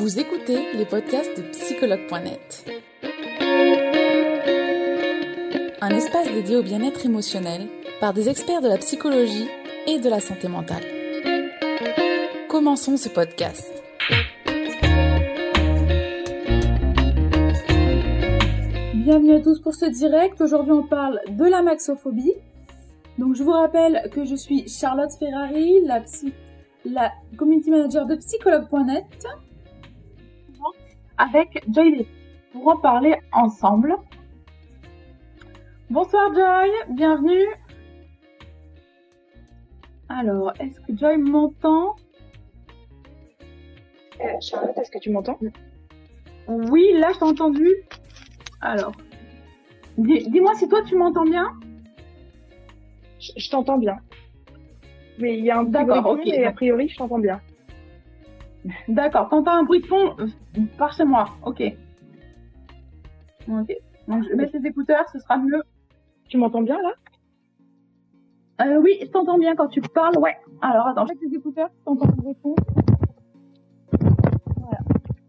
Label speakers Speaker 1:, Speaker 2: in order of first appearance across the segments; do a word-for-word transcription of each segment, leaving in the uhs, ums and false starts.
Speaker 1: Vous écoutez les podcasts de psychologue point net. Un espace dédié au bien-être émotionnel par des experts de la psychologie et de la santé mentale. Commençons ce podcast.
Speaker 2: Bienvenue à tous pour ce direct. Aujourd'hui, on parle de la maxophobie. Donc, je vous rappelle que je suis Charlotte Ferrari, la, psy... la community manager de psychologue point net, avec Joy Levy, pour en parler ensemble. Bonsoir Joy, bienvenue. Alors, est-ce que Joy m'entend ?
Speaker 3: euh, Charlotte, est-ce que tu m'entends ?
Speaker 2: Oui, là, je t'ai entendu. Alors, dis- dis-moi si toi, tu m'entends bien ?
Speaker 3: Je, je t'entends bien. Mais il y a un petit
Speaker 2: D'accord,
Speaker 3: bruit de fond,
Speaker 2: ok.
Speaker 3: et a priori, je t'entends bien.
Speaker 2: D'accord, t'entends un bruit de fond euh, par chez moi, ok. Ok, donc je vais mettre les écouteurs, ce sera mieux.
Speaker 3: Tu m'entends bien, là ?
Speaker 2: Euh, oui, je t'entends bien quand tu parles, ouais. Alors attends, je vais mettre les écouteurs, tu t'entends le bruit de fond. Voilà.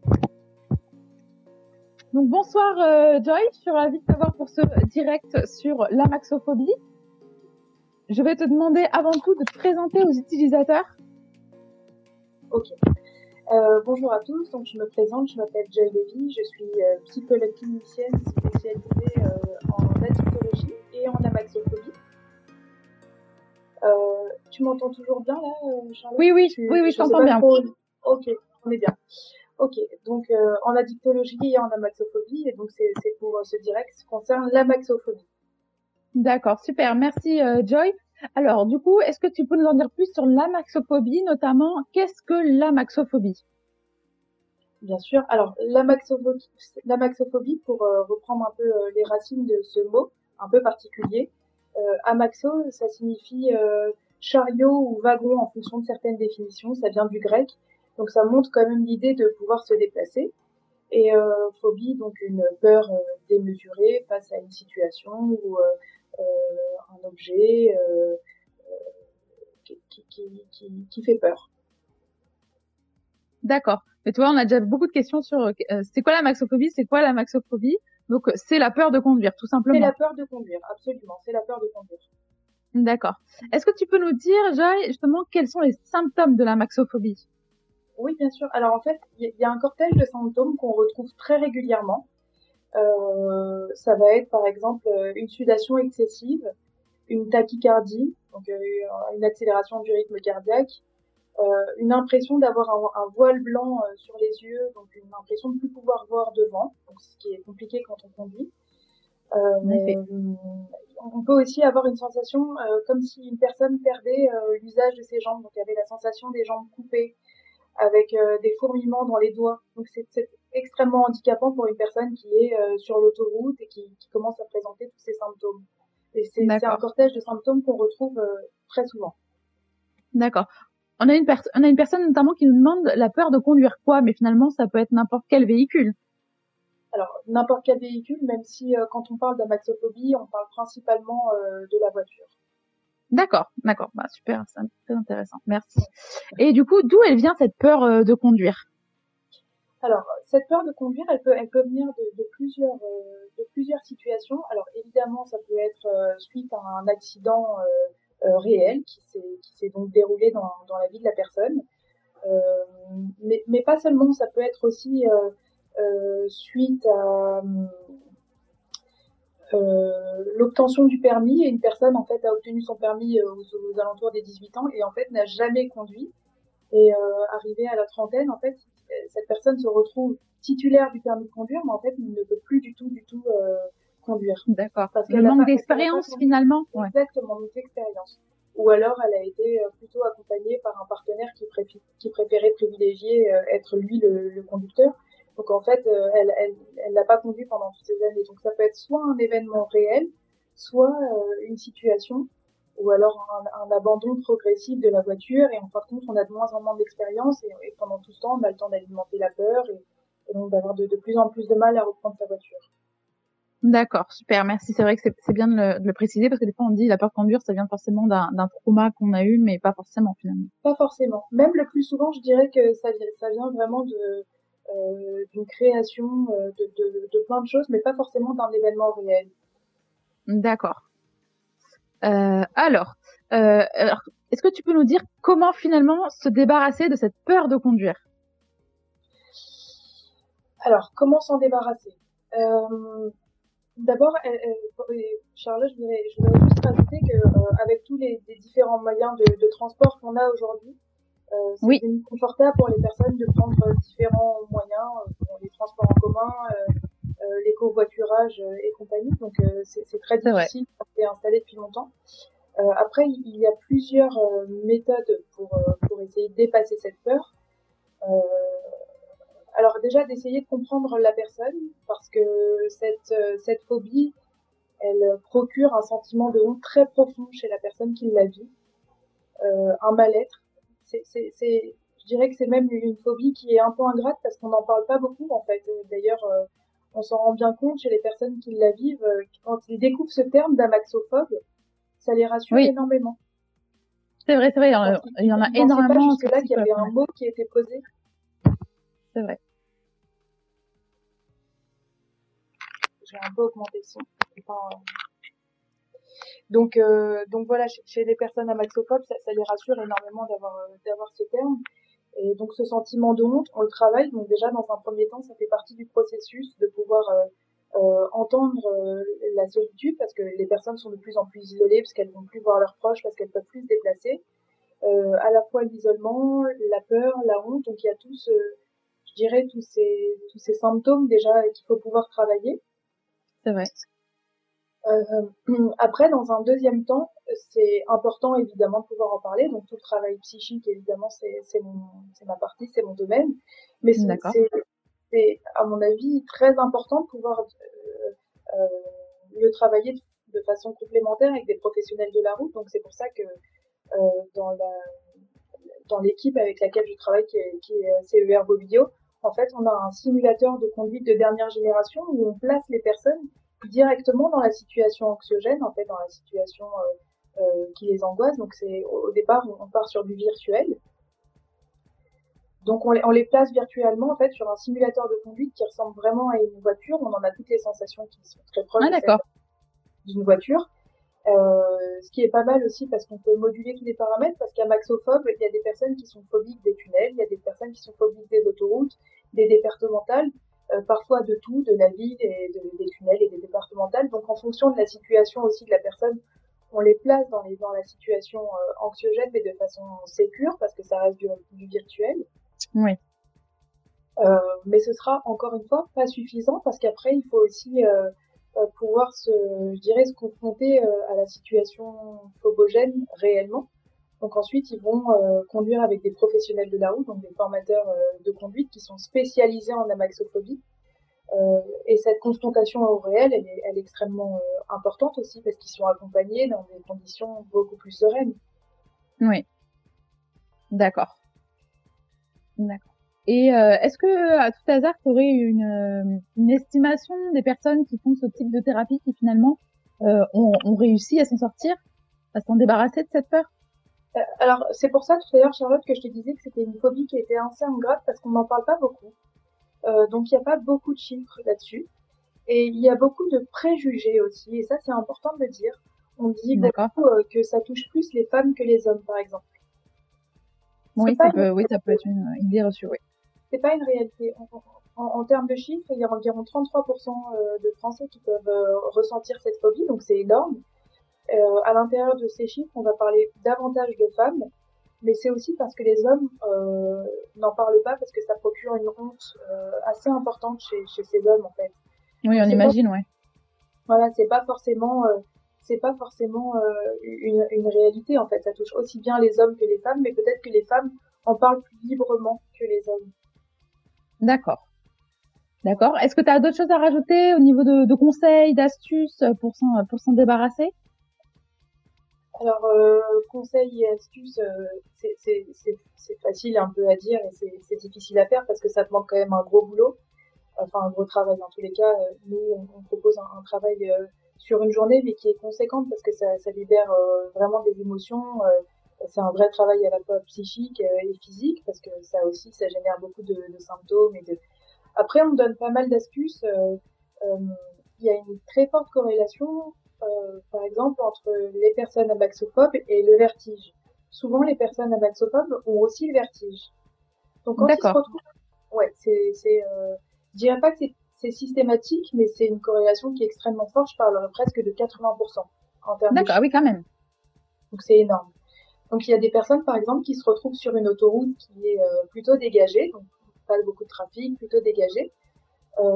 Speaker 2: Donc bonsoir euh, Joy, je suis ravie de t'avoir pour ce direct sur la maxophobie. Je vais te demander avant tout de te présenter aux utilisateurs.
Speaker 4: Ok. Euh, bonjour à tous, donc je me présente, je m'appelle Joy Levy, je suis euh, psychologue clinicienne spécialisée euh, en addictologie et en amaxophobie. Euh, tu m'entends toujours bien là, euh, Charlotte ?
Speaker 2: Oui, oui,
Speaker 4: tu,
Speaker 2: oui, oui, je
Speaker 4: sais
Speaker 2: t'entends
Speaker 4: pas
Speaker 2: bien.
Speaker 4: trop- Ok, on est bien. Ok, donc euh, en addictologie et en amaxophobie, et donc c'est, c'est pour euh, ce direct qui concerne l'amaxophobie.
Speaker 2: D'accord, super, merci euh, Joy. Alors du coup, est-ce que tu peux nous en dire plus sur l'amaxophobie, notamment qu'est-ce que l'amaxophobie ?
Speaker 4: Bien sûr. Alors, l'amaxophobie, l'amaxophobie, pour euh, reprendre un peu euh, les racines de ce mot, un peu particulier, euh, amaxo, ça signifie euh, chariot ou wagon en fonction de certaines définitions. Ça vient du grec, donc ça montre quand même l'idée de pouvoir se déplacer. Et euh, phobie, donc une peur euh, démesurée face à une situation ou euh, euh, un objet euh, euh, qui, qui, qui, qui, qui fait peur.
Speaker 2: D'accord. Mais tu vois, on a déjà beaucoup de questions sur euh, c'est quoi la maxophobie, c'est quoi la maxophobie. Donc euh, c'est la peur de conduire, tout simplement.
Speaker 4: C'est la peur de conduire, absolument. C'est la peur de conduire.
Speaker 2: D'accord. Est-ce que tu peux nous dire, Joy, justement, quels sont les symptômes de la maxophobie ?
Speaker 4: Oui, bien sûr. Alors en fait, il y a un cortège de symptômes qu'on retrouve très régulièrement. Euh, ça va être par exemple une sudation excessive, une tachycardie, donc euh, une accélération du rythme cardiaque, euh, une impression d'avoir un, un voile blanc euh, sur les yeux, donc une impression de ne plus pouvoir voir devant, donc ce qui est compliqué quand on conduit. Euh,
Speaker 2: En effet.
Speaker 4: on peut aussi avoir une sensation euh, comme si une personne perdait euh, l'usage de ses jambes, donc il y avait la sensation des jambes coupées, avec euh, des fourmillements dans les doigts. Donc c'est, c'est extrêmement handicapant pour une personne qui est euh, sur l'autoroute et qui, qui commence à présenter tous ces symptômes. Et c'est, c'est un cortège de symptômes qu'on retrouve euh, très souvent.
Speaker 2: D'accord. On a une personne, on a une personne notamment qui nous demande la peur de conduire quoi, mais finalement ça peut être n'importe quel véhicule.
Speaker 4: Alors n'importe quel véhicule, même si euh, quand on parle d'amaxophobie, on parle principalement euh, de la voiture.
Speaker 2: D'accord, d'accord, bah super, c'est très intéressant, merci. Et du coup, d'où elle vient cette peur euh, de conduire ?
Speaker 4: Alors, cette peur de conduire, elle peut, elle peut venir de, de plusieurs, euh, de plusieurs situations. Alors, évidemment, ça peut être euh, suite à un accident euh, euh, réel qui s'est, qui s'est donc déroulé dans, dans la vie de la personne. Euh, mais, mais pas seulement, ça peut être aussi euh, euh, suite à euh, l'obtention du permis. Et une personne, en fait, a obtenu son permis euh, aux, aux alentours des dix-huit ans et, en fait, n'a jamais conduit. Et euh, arrivé à la trentaine, en fait, cette personne se retrouve titulaire du permis de conduire, mais en fait, il ne peut plus du tout, du tout euh, conduire.
Speaker 2: D'accord.
Speaker 4: Parce
Speaker 2: Le
Speaker 4: qu'elle
Speaker 2: manque
Speaker 4: a pas,
Speaker 2: d'expérience,
Speaker 4: pas
Speaker 2: finalement. Ouais.
Speaker 4: Exactement, manque d'expérience. Ou alors, elle a été plutôt accompagnée par un partenaire qui, préfé- qui préférait privilégier euh, être lui le, le conducteur. Donc, en fait, euh, elle, elle, elle n'a pas conduit pendant toutes ces années. Donc, ça peut être soit un événement réel, soit euh, une situation, ou alors un, un abandon progressif de la voiture, et en fin de compte, on a de moins en moins d'expérience, et, et pendant tout ce temps, on a le temps d'alimenter la peur, et, et donc d'avoir de, de plus en plus de mal à reprendre sa voiture.
Speaker 2: D'accord, super, merci. C'est vrai que c'est, c'est bien de le, de le préciser, parce que des fois on dit la peur de conduire, ça vient forcément d'un, d'un trauma qu'on a eu, mais pas forcément finalement.
Speaker 4: Pas forcément. Même le plus souvent, je dirais que ça, ça vient vraiment de, euh, d'une création, euh, de, de, de plein de choses, mais pas forcément d'un événement réel.
Speaker 2: D'accord. Euh, alors, euh, alors, est-ce que tu peux nous dire comment finalement se débarrasser de cette peur de conduire?
Speaker 4: Alors, comment s'en débarrasser? euh, D'abord, elle, elle, Charlotte, je voudrais, je voudrais juste rajouter que euh, avec tous les, les différents moyens de, de transport qu'on a aujourd'hui, euh, c'est
Speaker 2: Oui.
Speaker 4: devenu confortable pour les personnes de prendre différents moyens, euh, les transports en commun, euh, euh, les covoiturages euh, et compagnie. Donc, euh, c'est, c'est très difficile, ça s'est installé depuis longtemps. Euh, après, il y a plusieurs euh, méthodes pour euh, pour essayer de dépasser cette peur. Euh, alors déjà d'essayer de comprendre la personne, parce que cette euh, cette phobie, elle procure un sentiment de honte très profond chez la personne qui la vit, euh, un mal-être. C'est, c'est, c'est, je dirais que c'est même une phobie qui est un peu ingrate parce qu'on n'en parle pas beaucoup en fait. D'ailleurs, euh, on s'en rend bien compte chez les personnes qui la vivent, euh, quand ils découvrent ce terme d'amaxophobe, ça les rassure
Speaker 2: oui.
Speaker 4: énormément.
Speaker 2: C'est vrai, c'est vrai, il y en a, il y en a
Speaker 4: ils
Speaker 2: énormément.
Speaker 4: Pas jusque-là qu'il y avait un mot qui était posé.
Speaker 2: C'est vrai.
Speaker 4: J'ai un peu augmenté le son. Enfin, euh... Donc, euh, donc voilà, chez, chez les personnes amaxophobes, ça, ça les rassure énormément d'avoir, euh, d'avoir ce terme. Et donc ce sentiment de honte, on le travaille. Donc déjà, dans un premier temps, ça fait partie du processus de pouvoir euh, euh, entendre euh, la solitude, parce que les personnes sont de plus en plus isolées, parce qu'elles vont plus voir leurs proches, parce qu'elles peuvent plus se déplacer. Euh, à la fois l'isolement, la peur, la honte. Donc il y a tous, euh, je dirais, tous ces tous ces symptômes déjà qu'il faut pouvoir travailler.
Speaker 2: C'est vrai.
Speaker 4: Euh, après, dans un deuxième temps, c'est important évidemment de pouvoir en parler. Donc tout le travail psychique, évidemment, c'est c'est mon c'est ma partie, c'est mon domaine. Mais c'est c'est, c'est à mon avis très important de pouvoir euh, euh, le travailler de, de façon complémentaire avec des professionnels de la route. Donc c'est pour ça que euh, dans la dans l'équipe avec laquelle je travaille, qui est, qui est C E R Bobideo, en fait, on a un simulateur de conduite de dernière génération où on place les personnes directement dans la situation anxiogène, en fait, dans la situation euh, euh, qui les angoisse. Donc, c'est au départ, on part sur du virtuel. Donc, on les, on les place virtuellement, en fait, sur un simulateur de conduite qui ressemble vraiment à une voiture. On en a toutes les sensations qui sont très proches
Speaker 2: ah,
Speaker 4: d'une voiture. Euh, ce qui est pas mal aussi parce qu'on peut moduler tous les paramètres, parce qu'amaxophobe, il y a des personnes qui sont phobiques des tunnels, il y a des personnes qui sont phobiques des autoroutes, des départementales, euh, parfois de tout, de la ville et de, des tunnels et des départementales. Donc en fonction de la situation aussi de la personne, on les place dans, les, dans la situation euh, anxiogène, mais de façon sécure, parce que ça reste du, du virtuel.
Speaker 2: Oui.
Speaker 4: Euh, mais ce sera encore une fois pas suffisant, parce qu'après il faut aussi euh, pouvoir se, je dirais, se confronter euh, à la situation phobogène réellement. Donc ensuite, ils vont euh, conduire avec des professionnels de la route, donc des formateurs euh, de conduite qui sont spécialisés en amaxophobie. Euh, et cette confrontation au réel, elle est, elle est extrêmement euh, importante aussi parce qu'ils sont accompagnés dans des conditions beaucoup plus sereines.
Speaker 2: Oui. D'accord. D'accord. Et euh, est-ce que, à tout hasard, tu aurais une, une estimation des personnes qui font ce type de thérapie qui finalement euh, ont, ont réussi à s'en sortir, à s'en débarrasser de cette peur?
Speaker 4: euh, Alors, c'est pour ça tout à l'heure, Charlotte, que je te disais que c'était une phobie qui était assez ingrate parce qu'on n'en parle pas beaucoup. Euh, donc, il n'y a pas beaucoup de chiffres là-dessus. Et il y a beaucoup de préjugés aussi. Et ça, c'est important de le dire. On dit beaucoup euh, que ça touche plus les femmes que les hommes, par exemple.
Speaker 2: Oui, ça peut, oui, ça peut être une idée reçue, oui.
Speaker 4: C'est pas une réalité. En, en, en termes de chiffres, il y a environ trente-trois pour cent de Français qui peuvent euh, ressentir cette phobie, donc c'est énorme. Euh, à l'intérieur de ces chiffres, on va parler davantage de femmes, mais c'est aussi parce que les hommes euh, n'en parlent pas, parce que ça procure une honte euh, assez importante chez, chez ces hommes, en fait.
Speaker 2: Oui, on imagine, ouais.
Speaker 4: Voilà, c'est pas forcément, euh, c'est pas forcément euh, une, une réalité, en fait. Ça touche aussi bien les hommes que les femmes, mais peut-être que les femmes en parlent plus librement que les hommes.
Speaker 2: D'accord. D'accord. Est-ce que tu as d'autres choses à rajouter au niveau de, de conseils, d'astuces pour s'en, pour s'en débarrasser?
Speaker 4: Alors, euh, conseils et astuces, euh, c'est, c'est, c'est, c'est facile un peu à dire et c'est, c'est difficile à faire parce que ça demande quand même un gros boulot, enfin un gros travail dans tous les cas. Nous, on, on propose un, un travail euh, sur une journée, mais qui est conséquente parce que ça, ça libère euh, vraiment des émotions. Euh, c'est un vrai travail à la fois psychique euh, et physique parce que ça aussi, ça génère beaucoup de, de symptômes et de Après, on donne pas mal d'astuces. Euh, euh, il y a une très forte corrélation, euh, par exemple, entre les personnes amaxophobes et le vertige. Souvent, les personnes amaxophobes ont aussi le vertige. Donc, quand ils se retrouvent, ouais, c'est, c'est, euh, je dirais pas que c'est, c'est systématique, mais c'est une corrélation qui est extrêmement forte. Je parlerais presque de quatre-vingts pour cent en termes de
Speaker 2: D'accord, ah oui, quand même.
Speaker 4: Donc, c'est énorme. Donc, il y a des personnes, par exemple, qui se retrouvent sur une autoroute qui est euh, plutôt dégagée, donc pas beaucoup de trafic, plutôt dégagée, euh,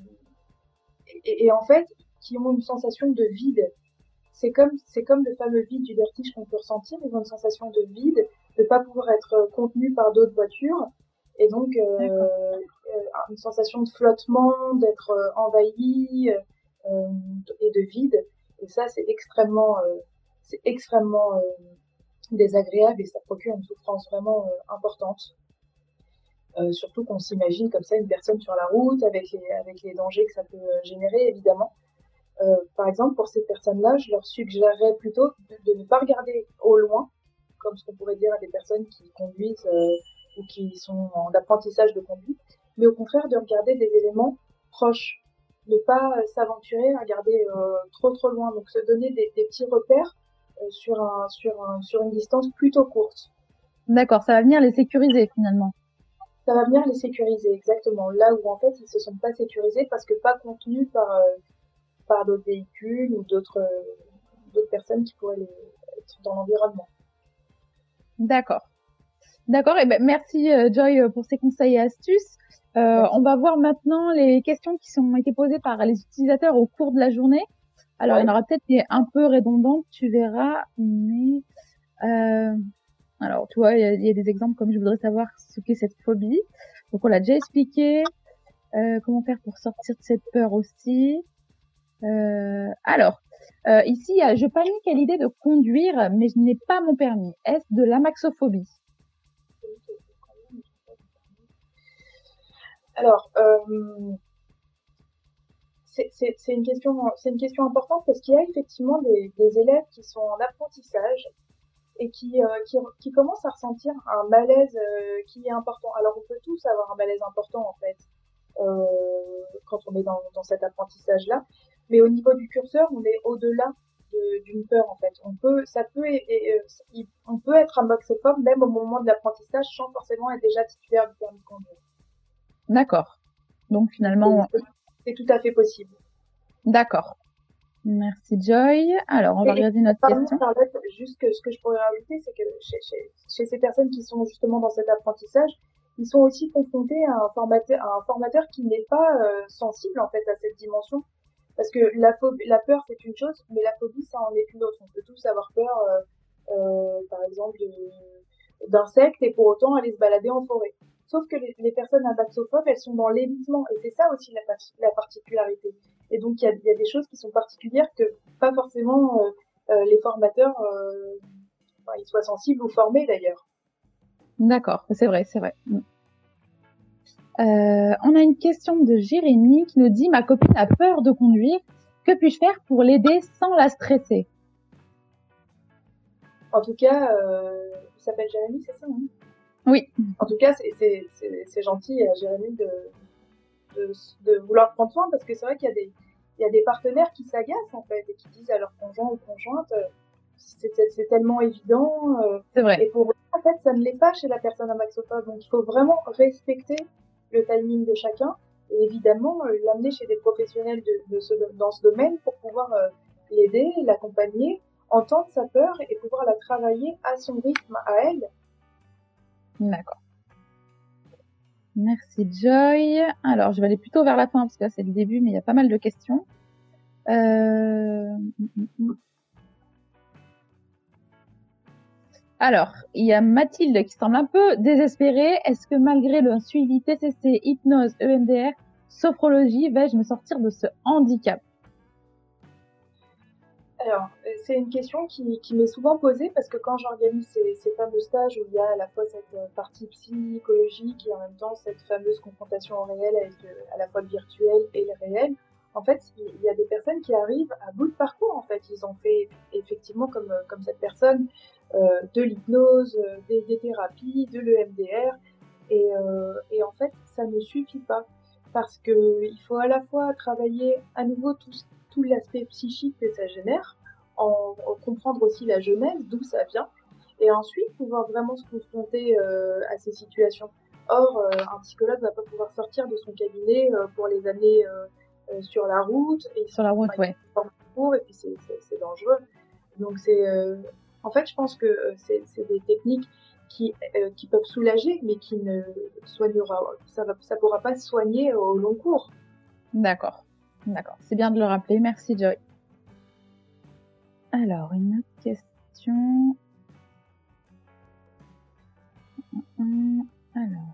Speaker 4: et, et en fait, qui ont une sensation de vide. C'est comme, c'est comme le fameux vide du vertige qu'on peut ressentir. Ils ont une sensation de vide, de pas pouvoir être contenus par d'autres voitures, et donc euh, euh, une sensation de flottement, d'être euh, envahi euh, et de vide. Et ça, c'est extrêmement, euh, c'est extrêmement euh, désagréable et ça procure une souffrance vraiment euh, importante. Euh, surtout qu'on s'imagine comme ça une personne sur la route avec les, avec les dangers que ça peut générer, évidemment. Euh, par exemple, pour ces personnes-là, je leur suggérerais plutôt de, de ne pas regarder au loin, comme ce qu'on pourrait dire à des personnes qui conduisent euh, ou qui sont en apprentissage de conduite, mais au contraire de regarder des éléments proches, ne pas euh, s'aventurer à regarder euh, trop trop loin, donc se donner des, des petits repères euh, sur, un, sur, un, sur une distance plutôt courte.
Speaker 2: D'accord, ça va venir les sécuriser finalement.
Speaker 4: Ça va venir les sécuriser, exactement. Là où en fait ils se sont pas sécurisés parce que pas contenus par, euh, par d'autres véhicules ou d'autres, euh, d'autres personnes qui pourraient les, être dans l'environnement.
Speaker 2: D'accord. D'accord, et ben merci euh, Joy pour ces conseils et astuces. Euh, on va voir maintenant les questions qui sont été posées par les utilisateurs au cours de la journée. Alors, ouais. Il y en aura peut-être des un peu redondantes, tu verras, mais euh, alors, tu vois, il y, y a des exemples comme je voudrais savoir ce qu'est cette phobie. Donc, on l'a déjà expliqué. Euh, comment faire pour sortir de cette peur aussi. Euh, alors, euh, ici, je panique à l'idée de conduire, mais je n'ai pas mon permis. Est-ce de l'amaxophobie?
Speaker 4: Alors, euh, c'est, c'est, c'est une question, c'est une question importante parce qu'il y a effectivement des, des élèves qui sont en apprentissage et qui, euh, qui, qui commencent à ressentir un malaise euh, qui est important. Alors, on peut tous avoir un malaise important en fait euh, quand on est dans, dans cet apprentissage-là, mais au niveau du curseur, on est au-delà de, d'une peur en fait. On peut, ça peut, et, et, et, on peut être amaxophobe même au moment de l'apprentissage sans forcément être déjà titulaire du permis de conduire.
Speaker 2: D'accord. Donc finalement,
Speaker 4: c'est, c'est tout à fait possible.
Speaker 2: D'accord. Merci Joy. Alors on va et, regarder notre
Speaker 4: pardon,
Speaker 2: question.
Speaker 4: Charlotte, juste que ce que je pourrais rajouter, c'est que chez, chez, chez ces personnes qui sont justement dans cet apprentissage, ils sont aussi confrontés à un formateur, à un formateur qui n'est pas euh, sensible en fait à cette dimension. Parce que la, phobie, la peur c'est une chose, mais la phobie ça en est une autre. On peut tous avoir peur, euh, euh, par exemple, de, d'insectes et pour autant aller se balader en forêt. Sauf que les, les personnes amaxophobes, elles sont dans l'évitement et c'est ça aussi la, la particularité. Et donc il y a, y a des choses qui sont particulières que pas forcément euh, euh, les formateurs euh, enfin, ils soient sensibles ou formés d'ailleurs.
Speaker 2: D'accord, c'est vrai, c'est vrai. Euh, on a une question de Jérémy qui nous dit « Ma copine a peur de conduire. Que puis-je faire pour l'aider sans la stresser ?»
Speaker 4: En tout cas, euh, il s'appelle Jérémy, c'est ça, hein?
Speaker 2: Oui.
Speaker 4: En tout cas, c'est, c'est, c'est, c'est gentil, Jérémy, de, de, de vouloir prendre soin parce que c'est vrai qu'il y a des, il y a des partenaires qui s'agacent en fait et qui disent à leur conjoint ou conjointe c'est, c'est, c'est tellement évident. Euh,
Speaker 2: c'est vrai.
Speaker 4: Et pour eux, en fait, ça ne l'est pas chez la personne amaxophobe. Donc, il faut vraiment respecter le timing de chacun et évidemment euh, l'amener chez des professionnels de, de ce, dans ce domaine pour pouvoir euh, l'aider, l'accompagner, entendre sa peur et pouvoir la travailler à son rythme, à elle.
Speaker 2: D'accord. Merci Joy. Alors, je vais aller plutôt vers la fin parce que là, c'est le début, mais il y a pas mal de questions. Euh... Alors, il y a Mathilde qui semble un peu désespérée. Est-ce que malgré le suivi T C C, hypnose, E M D R, sophrologie, vais-je me sortir de ce handicap?
Speaker 4: Alors, c'est une question qui, qui m'est souvent posée parce que quand j'organise ces, ces fameux stages où il y a à la fois cette partie psychologique et en même temps cette fameuse confrontation au réel avec le, à la fois le virtuel et le réel, en fait, il y a des personnes qui arrivent à bout de parcours, en fait. Ils ont fait effectivement, comme, comme cette personne, euh, de l'hypnose, des, des thérapies, de l'E M D R et, euh, et en fait, ça ne suffit pas. parce que il faut à la fois travailler à nouveau tout, tout l'aspect psychique que ça génère, en, en comprendre aussi la genèse, d'où ça vient, et ensuite pouvoir vraiment se confronter euh, à ces situations. Or, euh, un psychologue va pas pouvoir sortir de son cabinet euh, pour les amener euh, euh, sur la route. Et
Speaker 1: sur la route,
Speaker 4: enfin,
Speaker 1: ouais.
Speaker 4: Cours, et puis c'est, c'est, c'est dangereux. Donc c'est, euh, en fait, je pense que euh, c'est, c'est des techniques qui, euh, qui peuvent soulager, mais qui ne soignera, ça va, ça pourra pas soigner au long cours.
Speaker 1: D'accord, d'accord. C'est bien de le rappeler. Merci, Joy. Alors, une autre question. Alors.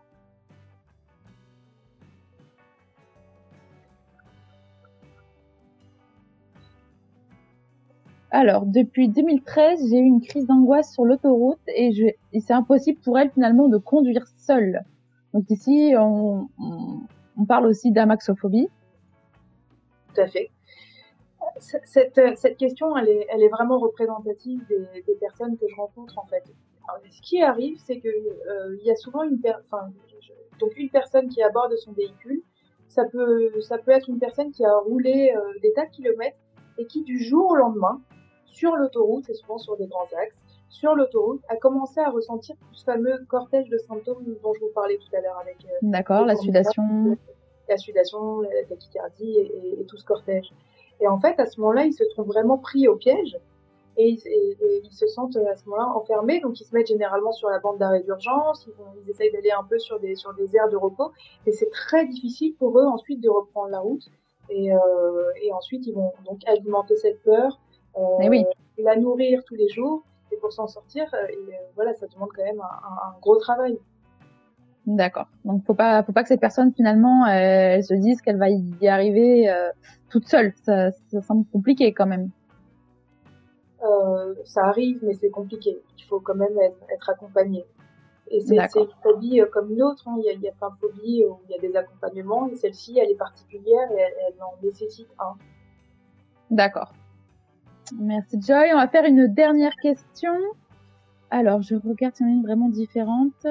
Speaker 1: Alors, depuis deux mille treize, j'ai eu une crise d'angoisse sur l'autoroute et, je, et c'est impossible pour elle finalement de conduire seule. Donc ici, on, on, on parle aussi d'amaxophobie.
Speaker 4: Tout à fait. Cette, cette question, elle est, elle est vraiment représentative des, des personnes que je rencontre en fait. Alors, ce qui arrive, c'est que euh, il y a souvent une, per- enfin, donc une personne qui aborde son véhicule. Ça peut, ça peut être une personne qui a roulé euh, des tas de kilomètres et qui du jour au lendemain, sur l'autoroute, et souvent sur des grands axes, sur l'autoroute, a commencé à ressentir ce fameux cortège de symptômes dont je vous parlais tout à l'heure avec euh,
Speaker 1: D'accord, la sudation,
Speaker 4: la sudation, la tachycardie et, et, et tout ce cortège. Et en fait, à ce moment-là, ils se trouvent vraiment pris au piège et, et, et ils se sentent à ce moment-là enfermés. Donc, ils se mettent généralement sur la bande d'arrêt d'urgence. Ils, vont, ils essayent d'aller un peu sur des sur des aires de repos, et c'est très difficile pour eux ensuite de reprendre la route. Et, euh, et ensuite, ils vont donc alimenter cette peur, euh,
Speaker 1: eh oui.
Speaker 4: la nourrir tous les jours. Et pour s'en sortir, et, euh, voilà, ça demande quand même un, un, un gros travail.
Speaker 1: D'accord. Donc, faut pas, faut pas que cette personne finalement, euh, elle se dise qu'elle va y arriver euh, toute seule. Ça, ça semble compliqué quand même.
Speaker 4: Euh, ça arrive, mais c'est compliqué. Il faut quand même être, être accompagné. Et c'est, c'est une phobie euh, comme une autre. Hein. Il y a, il y a plein de phobies où il y a des accompagnements, et celle-ci, elle est particulière et elle, elle en nécessite un.
Speaker 1: D'accord. Merci Joy. On va faire une dernière question. Alors, je regarde s'il y en a une vraiment différente.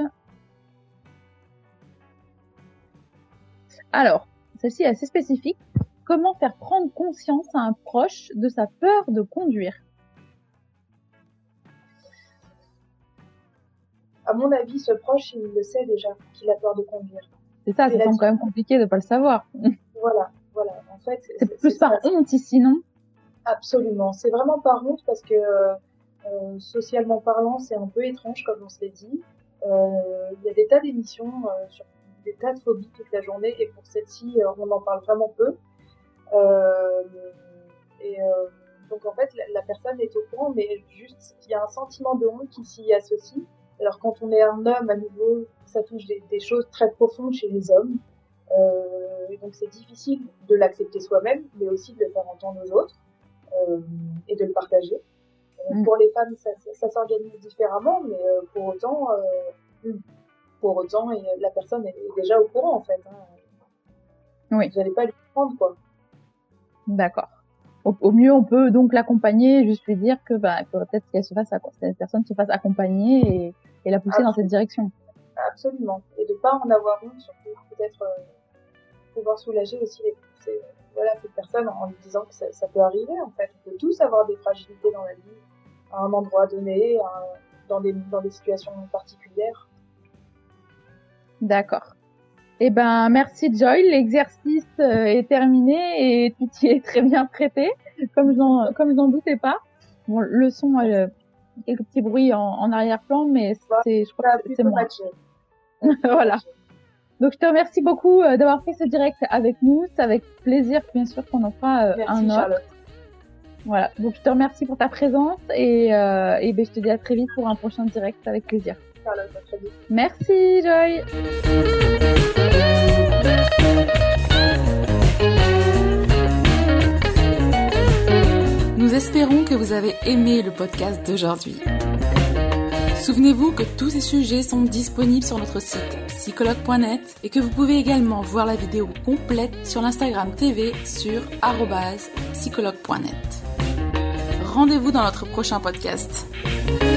Speaker 1: Alors, celle-ci est assez spécifique. Comment faire prendre conscience à un proche de sa peur de conduire ?
Speaker 4: À mon avis, ce proche, il le sait déjà qu'il a peur de conduire.
Speaker 1: C'est ça, ça semble quand même compliqué de pas le savoir.
Speaker 4: Voilà, voilà. En fait, c'est,
Speaker 1: c'est,
Speaker 4: c'est
Speaker 1: plus
Speaker 4: c'est
Speaker 1: par
Speaker 4: ça.
Speaker 1: honte ici, non ?
Speaker 4: Absolument. C'est vraiment par honte parce que euh, socialement parlant, c'est un peu étrange comme on se l'est dit. Euh, il y a des tas d'émissions euh, sur des tas de phobies toute la journée, et pour celle-ci, euh, on en parle vraiment peu. Euh, et euh, donc en fait, la, la personne est au courant, mais juste il y a un sentiment de honte qui s'y associe. Alors quand on est un homme, à nouveau, ça touche des, des choses très profondes chez les hommes. Euh, et donc c'est difficile de l'accepter soi-même, mais aussi de le faire entendre aux autres euh, et de le partager. Euh, mmh. Pour les femmes, ça, ça, ça s'organise différemment, mais euh, pour autant, euh, pour autant, et la personne est déjà au courant en fait. Hein.
Speaker 1: Oui.
Speaker 4: Vous n'allez pas lui prendre quoi.
Speaker 1: D'accord. Au, au mieux, on peut donc l'accompagner, juste lui dire que bah, il faudrait peut-être qu'elle se fasse, cette personne se fasse accompagner et, et la pousser Absolument. Dans cette direction.
Speaker 4: Absolument. Et de pas en avoir honte, surtout peut-être euh, pouvoir soulager aussi les, ces, voilà, cette personne en lui disant que ça, ça peut arriver en fait. On peut tous avoir des fragilités dans la vie, à un endroit donné, à, dans des dans des situations particulières.
Speaker 1: D'accord. Eh ben, merci Joy. L'exercice euh, est terminé et tu t'y es très bien prêtée, comme je n'en, comme je n'en doutais pas. Bon, le son, euh, quelques petits bruits en, en arrière-plan, mais c'est, je crois que c'est, c'est moi. Voilà. Donc, je te remercie beaucoup euh, d'avoir fait ce direct avec nous. C'est avec plaisir, bien sûr, qu'on en fera euh,
Speaker 4: merci,
Speaker 1: un autre.
Speaker 4: Charlotte.
Speaker 1: Voilà. Donc, je te remercie pour ta présence et, euh, et ben, je te dis à très vite pour un prochain direct avec plaisir.
Speaker 4: Charlotte, à très vite.
Speaker 1: Merci, Joy.
Speaker 5: Nous espérons que vous avez aimé le podcast d'aujourd'hui. Souvenez-vous que tous ces sujets sont disponibles sur notre site psychologue point net et que vous pouvez également voir la vidéo complète sur l'Instagram T V sur arobase psychologue point net. Rendez-vous dans notre prochain podcast.